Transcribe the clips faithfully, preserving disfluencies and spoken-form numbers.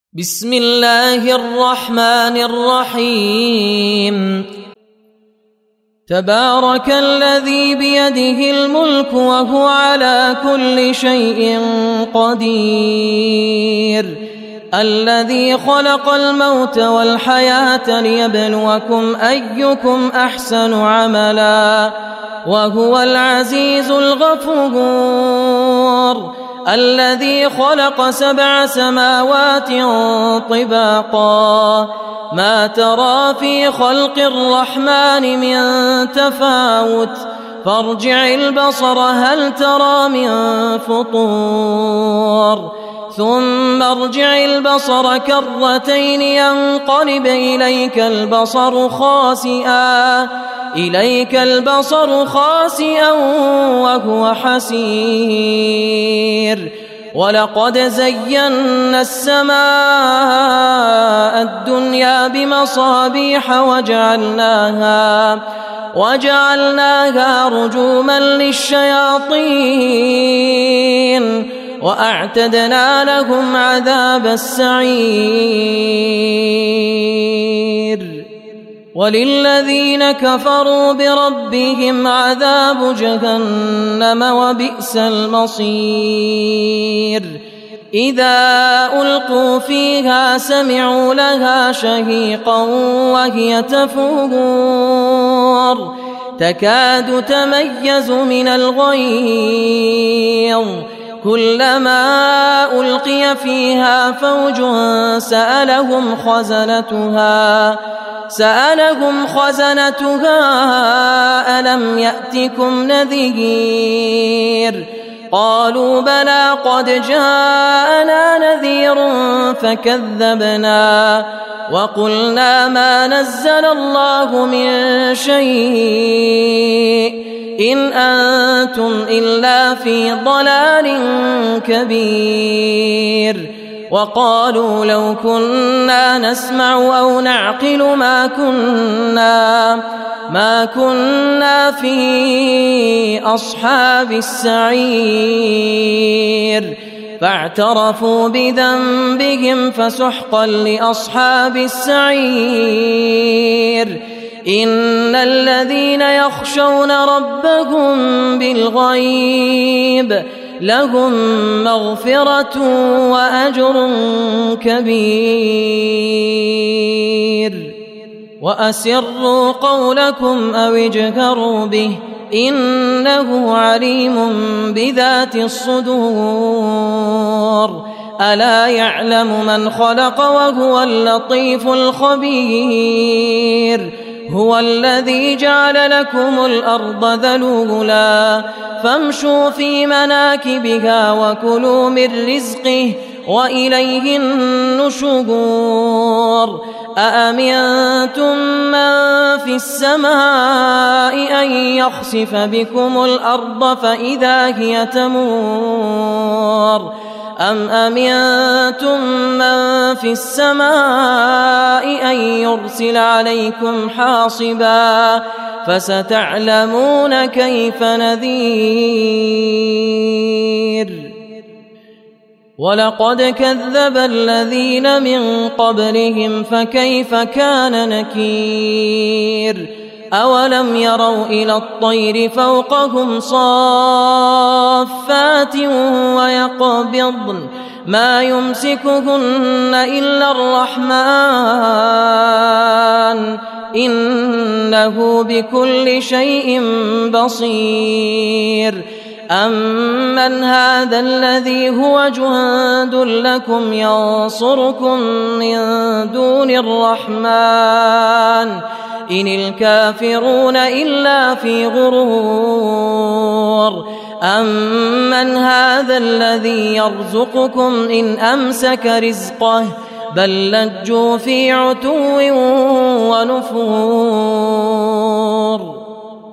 بسم الله الرحمن الرحيم تبارك الذي بيده الملك وهو على كل شيء قدير الذي خلق الموت والحياة ليبلوكم أيكم أحسن عملا وهو العزيز الغفور الذي خلق سبع سماوات طباقا ما ترى في خلق الرحمن من تفاوت فارجع البصر هل ترى من فطور ثم ارجع البصر كرتين ينقلب إليك البصر خاسئا إليك البصر خاسئا وهو حسير ولقد زينا السماء الدنيا بمصابيح وجعلناها وجعلناها رجوما للشياطين وأعتدنا لهم عذاب السعير وللذين كفروا بربهم عذاب جهنم وبئس المصير إذا ألقوا فيها سمعوا لها شهيقا وهي تفور تكاد تميز من الغيظ كلما ألقي فيها فوج سألهم خزنتها سألهم خزنتها ألم يأتكم نذير قالوا بلى قد جاءنا نذير فكذبنا وقلنا ما نزل الله من شيء إن أنتم إلا في ضلال كبير وقالوا لو كنا نسمع أو نعقل ما كنا ما كنا في أصحاب السعير فاعترفوا بذنبهم فسحقا لأصحاب السعير إن الذين يخشون ربهم بالغيب لهم مغفرة وأجر كبير وأسروا قولكم أو اجهروا به إنه عليم بذات الصدور ألا يعلم من خلق وهو اللطيف الخبير هو الذي جعل لكم الأرض ذلولا فامشوا في مناكبها وكلوا من رزقه وإليه النشور أأمنتم من في السماء أن يخسف بكم الأرض فإذا هي تمور أم أمنتم من في السماء أن يرسل عليكم حاصبا فستعلمون كيف نذير ولقد كذب الذين من قبلهم فكيف كان نكير أولم يروا إلى الطير فوقهم صافات ويقبضن ما يمسكهن إلا الرحمن إنه بكل شيء بصير أمن هذا الذي هو جند لكم ينصركم من دون الرحمن إن الكافرون إلا في غرور أمن هذا الذي يرزقكم إن أمسك رزقه بل لجوا في عتو ونفور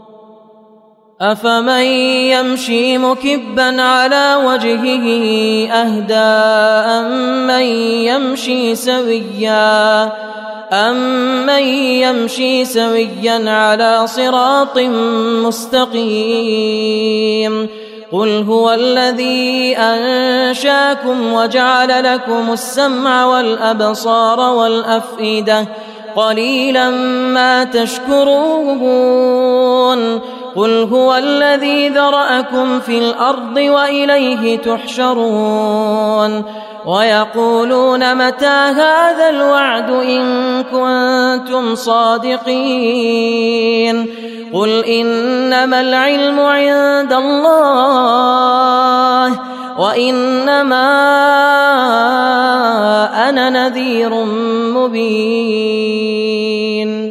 أفمن يمشي مكبا على وجهه أهدى أمن يمشي سويا أمن يمشي سويا على صراط مستقيم قل هو الذي أنشاكم وجعل لكم السمع والأبصار والأفئدة قليلا ما تشكرون قل هو الذي ذرأكم في الأرض وإليه تحشرون ويقولون متى هذا الوعد إن كنتم صادقين قل إنما العلم عند الله وإنما أنا نذير مبين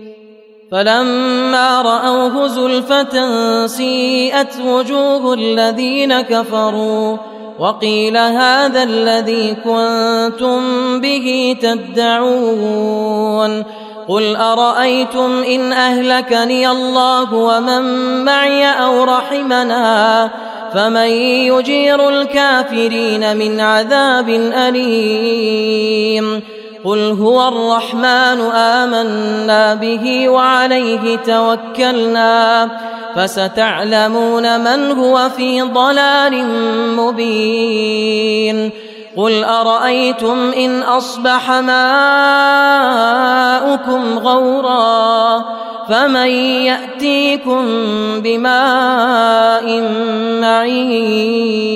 فلما رأوه زلفة سيئت وجوه الذين كفروا وقيل هذا الذي كنتم به تدعون قل أرأيتم إن أهلكني الله ومن معي أو رحمنا فمن يجير الكافرين من عذاب أليم قل هو الرحمن آمنا به وعليه توكلنا فستعلمون من هو في ضلال مبين قل أرأيتم إن أصبح ماؤكم غورا فمن يأتيكم بماء معين